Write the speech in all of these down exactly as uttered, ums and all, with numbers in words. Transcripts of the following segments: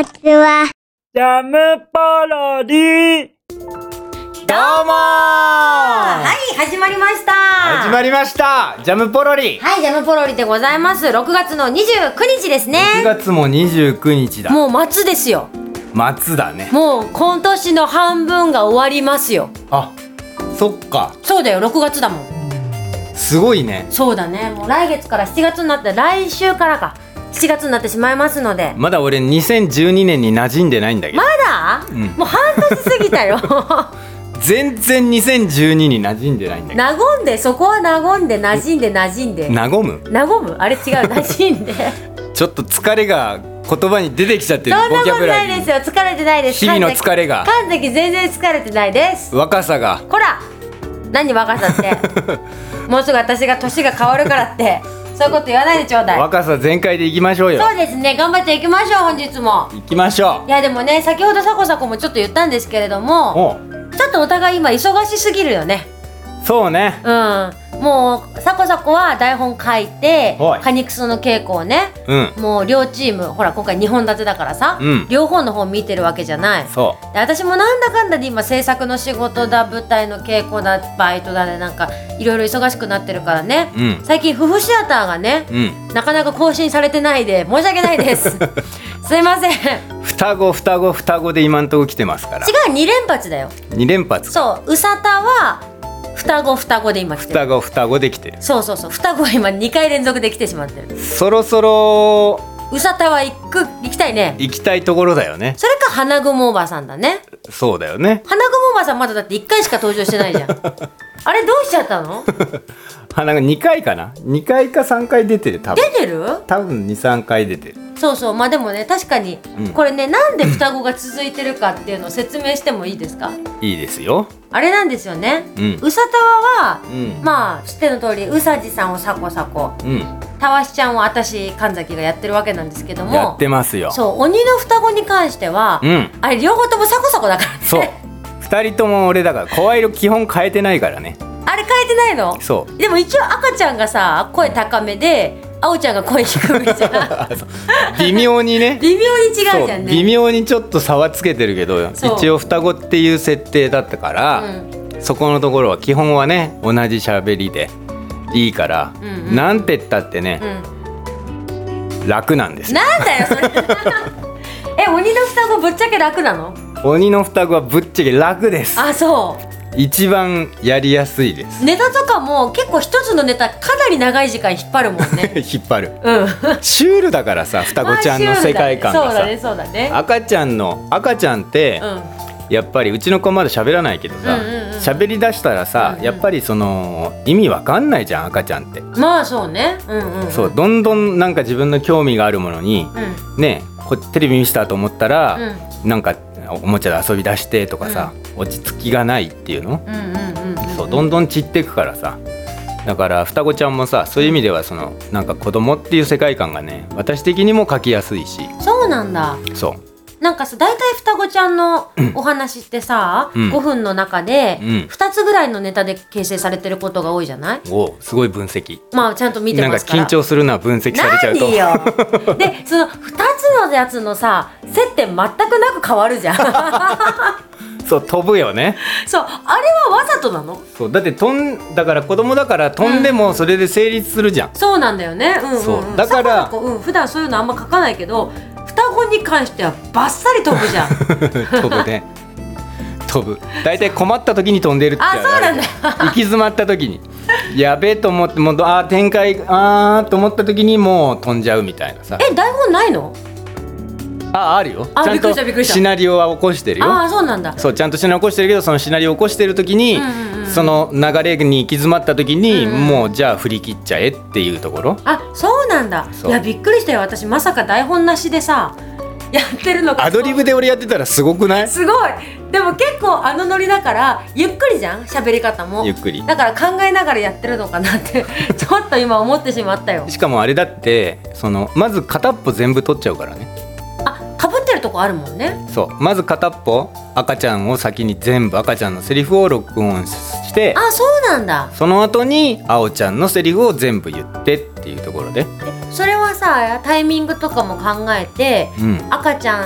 ちは。 ジャムポロリ。 どうもー。はい、始まりました。 始まりました。ジャムポロリ。 はい、ジャムポロリでございます。ろくがつのにじゅうくにちですね。 ろくがつもにじゅうくにちだ。 もう末ですよ。 末だね。 もう今年の半分が終わりますよ。 あ、そっか。 そうだよ、ろくがつだもん。 すごいね。 そうだね。もう来月からしちがつになって、来週からかしちがつになってしまいますので。 まだ俺にせんじゅうにねんに馴染んでないんだけど。 まだ、うん、もう半年過ぎたよ。 全然にせんじゅうにに馴染んでないんだけど。 和んで、そこは和んで馴染んで馴染んで和む和むあれ違う、馴染んでちょっと疲れが言葉に出てきちゃってる。 そんなことないですよ。疲れてないです。 日々の疲れが。 神崎全然疲れてないです。 若さが。 こら、何若さってもうすぐ私が年が変わるからってそういうこと言わないでちょうだい。 若さ全開でいきましょうよ。 そうですね、頑張っていきましょう。本日も行きましょう。 いやでもね、先ほどサコサコもちょっと言ったんですけれども、ちょっとお互い今忙しすぎるよね。 そうね。 うん、もうサコサコは台本書いてカニクソの稽古をね、うん、もう両チーム、ほら今回にほん立てだからさ、うん、両方の方見てるわけじゃない。 そうで、私もなんだかんだで今制作の仕事だ、舞台の稽古だ、バイトだで、なんかいろいろ忙しくなってるからね、うん、最近夫婦シアターがね、うん、なかなか更新されてないで申し訳ないですすいません。 双子双子双子で今んとこ来てますから。 違う、にれんぱつだよ。 にれんぱつ。 そう、うさたは双子双子で今来てる。 双子双子で来てる。 そうそうそう、双子は今にかい連続で来てしまってる。 そろそろうさたは行く行きたいね。 行きたいところだよね。 それか花雲おばさんだね。 そうだよね。 花雲おばさんまだだっていっかいしか登場してないじゃんあれどうしちゃったの花がにかいかな、にかいかさんかい出てる。多分出てる、 多分にさんかい出てる。 そうそう、まあでもね、確かに、うん、これね、なんで双子が続いてるかっていうのを説明してもいいですか？ いいですよ。 あれなんですよね、うん、うさたわは、うん、まあ知っての通りうさじさんをサコサコ、うん、たわしちゃんを私神崎がやってるわけなんですけども、 やってますよ。 そう、鬼の双子に関しては、うん、あれ両方ともサコサコだからね。 そう、ふたりとも俺だから声色基本変えてないからね。 あれ変えてないの？ そう。 でも一応赤ちゃんがさ声高めで、あおちゃんが声低めじゃん微妙にね微妙に違うじゃんね。 微妙にちょっと差はつけてるけど、一応双子っていう設定だったから、うん、そこのところは基本はね同じ喋りでいいから、うんうん、なんて言ったってね、うん、楽なんですよ。 なんだよそれえ、鬼の双子ぶっちゃけ楽なの？ 鬼の双子はぶっちゃけ楽です。 あ、そう。 一番やりやすいです。 ネタとかも結構一つのネタかなり長い時間引っ張るもんね引っ張る、 うん、 シュールだからさ、双子ちゃんの世界観がさ、 そうだね、そうだね。 赤ちゃんの赤ちゃんって、うん、やっぱりうちの子まだ喋らないけどさ、喋、うんうん、りだしたらさ、うんうん、やっぱりその意味わかんないじゃん、赤ちゃんって。 まあそうね、うんうんうん、 そうどんどんなんか自分の興味があるものに、うん、ね、こテレビ見せたと思ったら、うん、なんかおもちゃで遊び出してとかさ、うん、落ち着きがないっていうの、うんうんうんうん、そうどんどん散っていくからさ。だから双子ちゃんもさ、そういう意味ではそのなんか子供っていう世界観がね、私的にも描きやすいし。 そうなんだ。 そうなんかさ、大体双子ちゃんのお話ってさ、うん、ごふんの中でふたつぐらいのネタで形成されてることが多いじゃない？ お、すごい分析。 まあちゃんと見てますから。 なんか緊張するのは分析されちゃうと。 何よで、そのふたつのやつのさ、接点全くなく変わるじゃんそう飛ぶよね。 そう、あれはわざとなの？ そうだって飛んだから子供だから飛んでもそれで成立するじゃん、 うん、そうなんだよね、うんうんうん、 そうだからサコサコ、うん、普段そういうのあんま書かないけど、双子に関してはバッサリ飛ぶじゃん飛ぶね、飛ぶ。だいたい困った時に飛んでるって。 あ、そうなんだ行き詰まった時にやべえと思って、もうあー展開あーと思った時にもう飛んじゃうみたいなさ。 え、台本ないの？ あ、あるよ。 あ、 ちゃんとシナリオは起こしてるよ。 あ、そうなんだ。 そう、ちゃんとシナリオ起こしてるけど、そのシナリオ起こしてる時に、うんうんうん、その流れに行き詰まった時に、うんうん、もうじゃあ振り切っちゃえっていうところ。 あ、そうなんだ。いや、びっくりしたよ。私まさか台本なしでさやってるのか。 アドリブで俺やってたらすごくない？ すごい。でも結構あのノリだからゆっくりじゃん、喋り方もゆっくりだから考えながらやってるのかなってちょっと今思ってしまったよ。 しかもあれだって、そのまず片っぽ全部取っちゃうからね。 あ、かぶってるとこあるもんね。 そう、まず片っぽ赤ちゃんを先に全部赤ちゃんのセリフを録音して、 あ、そうなんだ。 その後にあおちゃんのセリフを全部言ってっていうところで。 それはさ、タイミングとかも考えて、うん、赤ちゃん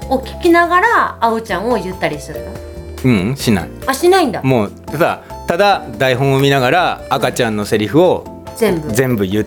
を聞きながらあおちゃんを言ったりするの？ うん、しない。 あ、しないんだ。 もうただただ台本を見ながら赤ちゃんのセリフを全部全部言って、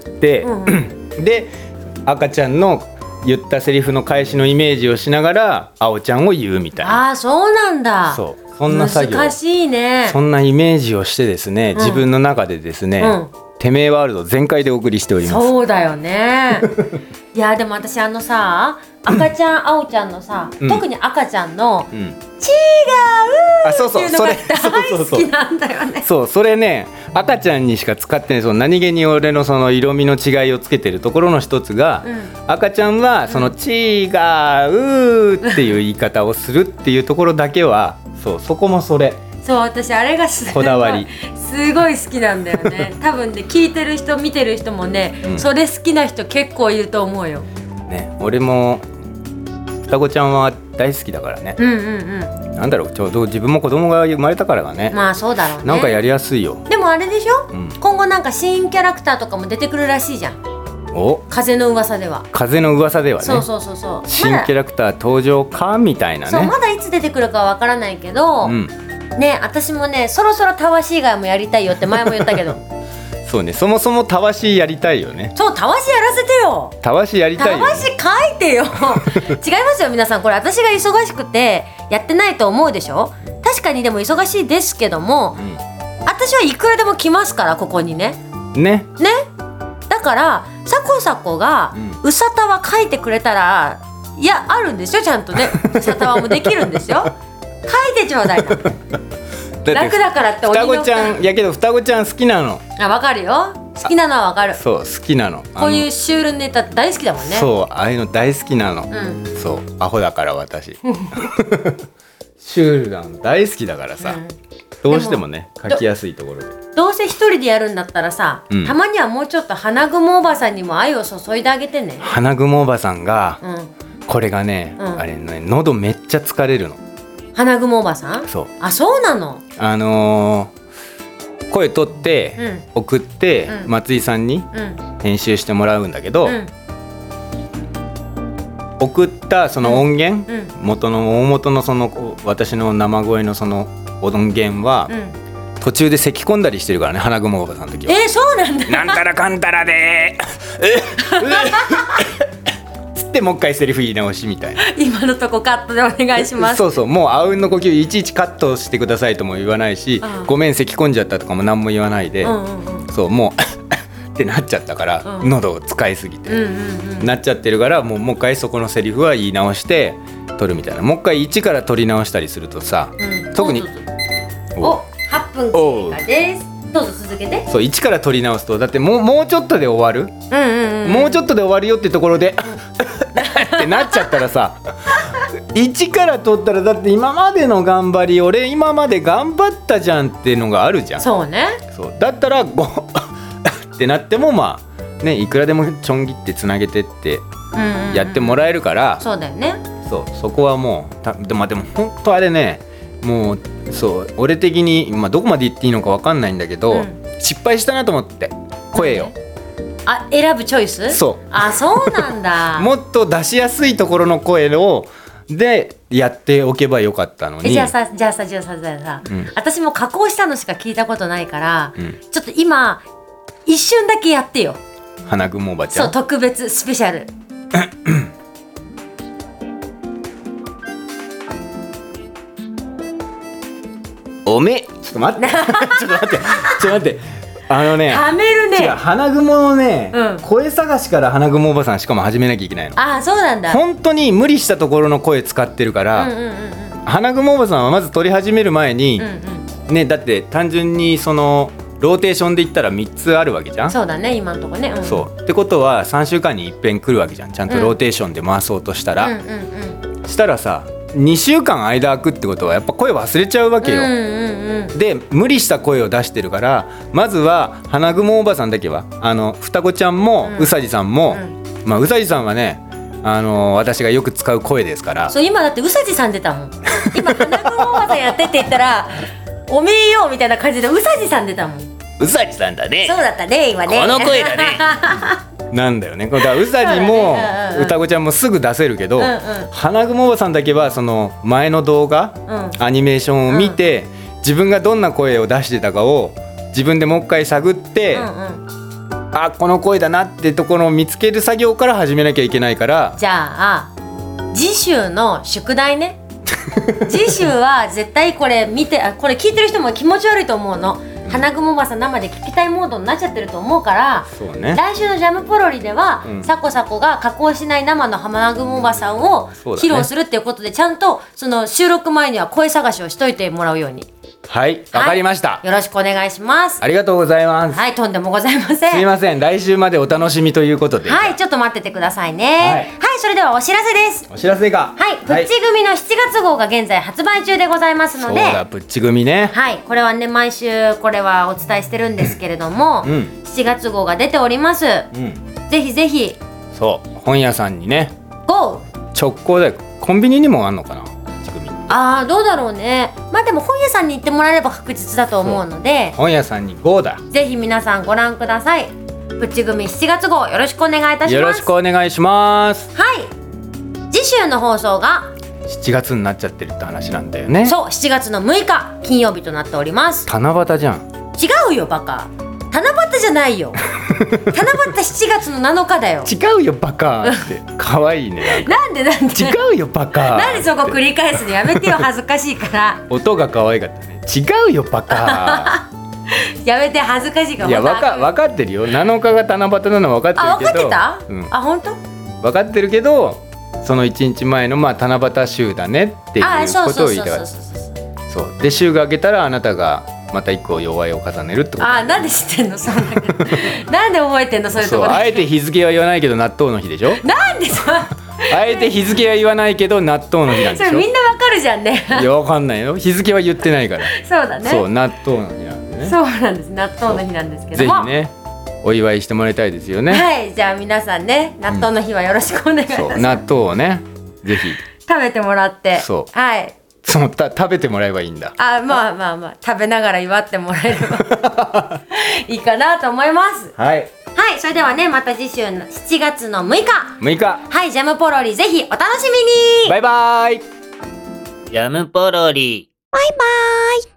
うんうん、で赤ちゃんの言ったセリフの返しのイメージをしながらあおちゃんを言うみたいな。 あー、そうなんだ。 そう、そんな作業、 難しいね。 そんなイメージをしてですね、自分の中でですね、うん、てめえワールド全開でお送りしております。 そうだよねいやでも私あのさ、赤ちゃん、うん、あおちゃんのさ、うん、特に赤ちゃんの、うん、違うっていうのが大好きなんだよね。 そう、それね、赤ちゃんにしか使ってない、その何気に俺のその色味の違いをつけてるところの一つが、うん、赤ちゃんはその違うっていう言い方をするっていうところだけは、そう、そこもそれ。 そう、私あれがすごいこだわりすごい好きなんだよね多分ね、聞いてる人見てる人もね、うん、それ好きな人結構いると思うよ、 ね、俺も双子ちゃんは大好きだからね。うんうんうん。なんだろう、ちょうど自分も子供が生まれたからがね。 まあそうだろうね。 なんかやりやすいよ。 でもあれでしょ、うん、今後なんか新キャラクターとかも出てくるらしいじゃん。お、風の噂では。 風の噂ではね。 そうそうそうそう。 新キャラクター登場かみたいなね。 そう、まだいつ出てくるかわからないけど、うん、ね、私もね、そろそろたわし以外もやりたいよって前も言ったけどそうね、そもそもたわしやりたいよね。 そう、たわしやらせてよ。 たわしやりたいよ、ね、 たわし書いてよ違いますよ皆さん、これ私が忙しくてやってないと思うでしょ。確かにでも忙しいですけども、うん、私はいくらでも来ますから、ここにねねね。だからサコサコがうさたわ書いてくれたら、いや、あるんですよ、ちゃんとねうさたわもできるんですよ書いてちょうだいな楽だからって。 双子ちゃんやけど、双子ちゃん好きなの。 あ、わかるよ、好きなのはわかる。 そう、好きなの。 こういうシュールネタ大好きだもんね。 そう、ああいうの大好きなの、うん、そう、アホだから私シュールなの大好きだからさ、うん、どうしてもね、書きやすいところで。 どうせ一人でやるんだったらさ、うん、たまにはもうちょっと花雲おばさんにも愛を注いであげてね。 花雲おばさんが、うん、これがね、うん、あれね、喉めっちゃ疲れるの。 花雲おばさん。 そう。 あ、そうなの。 あのー、声取って、うん、送って、うん、松井さんに編集してもらうんだけど、うん、送ったその音源、うん、元の大元のその私の生声のその音源は、うん、途中で咳込んだりしてるからね、花雲おばさんの時は。 えー、そうなんだ。 なんたらかんたらでつってもう一回セリフ言い直しみたいな。今のとこカットでお願いしますそうそう、もうあうんの呼吸いちいちカットしてくださいとも言わないし、うん、ごめん咳込んじゃったとかも何も言わないで、うんうんうん、そうもうってなっちゃったから、うん、喉を使いすぎて、うんうんうん、なっちゃってるから、もうもう一回そこのセリフは言い直して撮るみたいな。もう一回一から撮り直したりするとさ、うん、特におはっぷん経過です。どうぞ続けて。 そう、一から撮り直すと、だってもう、もうちょっとで終わる、うんうんうん、もうちょっとで終わるよってところでってなっちゃったらさ一から撮ったら、だって今までの頑張り、俺今まで頑張ったじゃんっていうのがあるじゃん。 そうね。 そうだったらごってなっても、まあね、いくらでもちょん切ってつなげてってやってもらえるから、 うんうんうん、そうだよね。 そう、そこはもうたでも、でも本当あれね、もうそう、俺的に、まあ、どこまで言っていいのか分かんないんだけど、うん、失敗したなと思って、声よ、 あ、選ぶチョイス。 そう、 あ、そうなんだもっと出しやすいところの声をでやっておけばよかったのに。 じゃあさじゃあさじゃあさじゃあさ、うん、私も加工したのしか聞いたことないから、うん、ちょっと今一瞬だけやってよ。 花雲おばちゃん、 そう、特別スペシャルおめ、ちょっと待ってちょっと待ってちょっと待ってあのね、 はめるね。 違う、花雲のね、うん、声探しから花雲おばさんしかも始めなきゃいけないの。 あ、そうなんだ。 本当に無理したところの声使ってるから、うんうんうんうん、花雲おばさんはまず撮り始める前に、うんうん、ね、だって単純にそのローテーションで言ったらみっつあるわけじゃん。 そうだね、今のとこね、うん、 そうってことはさんしゅうかんにいっぺん来るわけじゃん、ちゃんとローテーションで回そうとしたら、うんうんうんうん、したらさにしゅうかん間空くってことはやっぱ声忘れちゃうわけよ、うんうんうん、で無理した声を出してるから、まずは花雲おばさんだけは、あの双子ちゃんもうさじさんも、うん、まあうさじさんはね、あのー、私がよく使う声ですから。 そう、今だってうさじさん出たもん今花雲おばさんやってって言ったらおめえよみたいな感じでうさじさん出たもん。 うさじさんだね。 そうだったね、今ね。 この声だねなんだよね。だからうさぎも歌子ちゃんもすぐ出せるけど、うんうん、花雲おばさんだけはその前の動画、うん、アニメーションを見て、うん、自分がどんな声を出してたかを自分でもう一回探って、うんうん、あこの声だなってところを見つける作業から始めなきゃいけないから。 じゃあ次週の宿題ね次週は絶対これ見て、あこれ聞いてる人も気持ち悪いと思うの。花雲おばさん生で聞きたいモードになっちゃってると思うから、そうね、来週のジャムポロリでは、うん、サコサコが加工しない生の花雲おばさんを披露するっていうことで、ちゃんとその収録前には声探しをしといてもらうように。 はいわかりました、 はい、よろしくお願いします。 ありがとうございます。 はいとんでもございません。 すいません、来週までお楽しみということで。 はいちょっと待っててくださいね。はい、はい、それではお知らせです。 お知らせがはいプッチ組のしちがつ号が現在発売中でございますので。 そうだプッチ組ね。 はいこれはね毎週これはお伝えしてるんですけれども、うん、しちがつ号が出ております、うん、ぜひぜひ。 そう本屋さんにねゴー 直行でコンビニにもあんのかな。 あーどうだろうね。まあでも本屋さんに行ってもらえれば確実だと思うので、 本屋さんに ゴー だ。 ぜひ皆さんご覧ください。プッチ組しちがつ号よろしくお願いいたします。 よろしくお願いします。 はい次週の放送がしちがつになっちゃってるって話なんだよね。 そうしちがつのむいか金曜日となっております。 七夕じゃん。 違うよバカ、七夕じゃないよ七夕しちがつのなのかだよ。 違うよバカって可愛いね。 なんでなんで違うよバカなんでそこ繰り返すのやめてよ恥ずかしいから音が可愛かったね。違うよバカやめて恥ずかしいから。 いやわか分かってるよ。なのかが七夕なの分かってるけど。 あ分かってた、うん、あ本当分かってるけどそのいちにちまえのまあ七夕週だねっていうことを言いたかった。そうで週が明けたらあなたがまた一個弱いを重ねるってこと。 あなんで知ってんのそんななんで覚えてんのそういうところ。 あえて日付は言わないけど納豆の日でしょ。 なんでさあえて日付は言わないけど納豆の日なんでしょ。 それみんなわかるじゃんねいやわかんないよ。日付は言ってないからそうだね。 そう納豆の日なんでね。 そうなんです納豆の日なんですけども、 ぜひねお祝いしてもらいたいですよね。 はいじゃあ皆さんね納豆の日はよろしくお願いします、うん、そう納豆をねぜひ食べてもらって。 そうはいそうた食べてもらえばいいんだ。 あまあまあまあ食べながら祝ってもらえればいいかなと思います。 はいはいそれではねまた次週のしちがつのむいかむいかはいジャムポロリぜひお楽しみに。 バイバイ。 ジャムポロリバイバイ。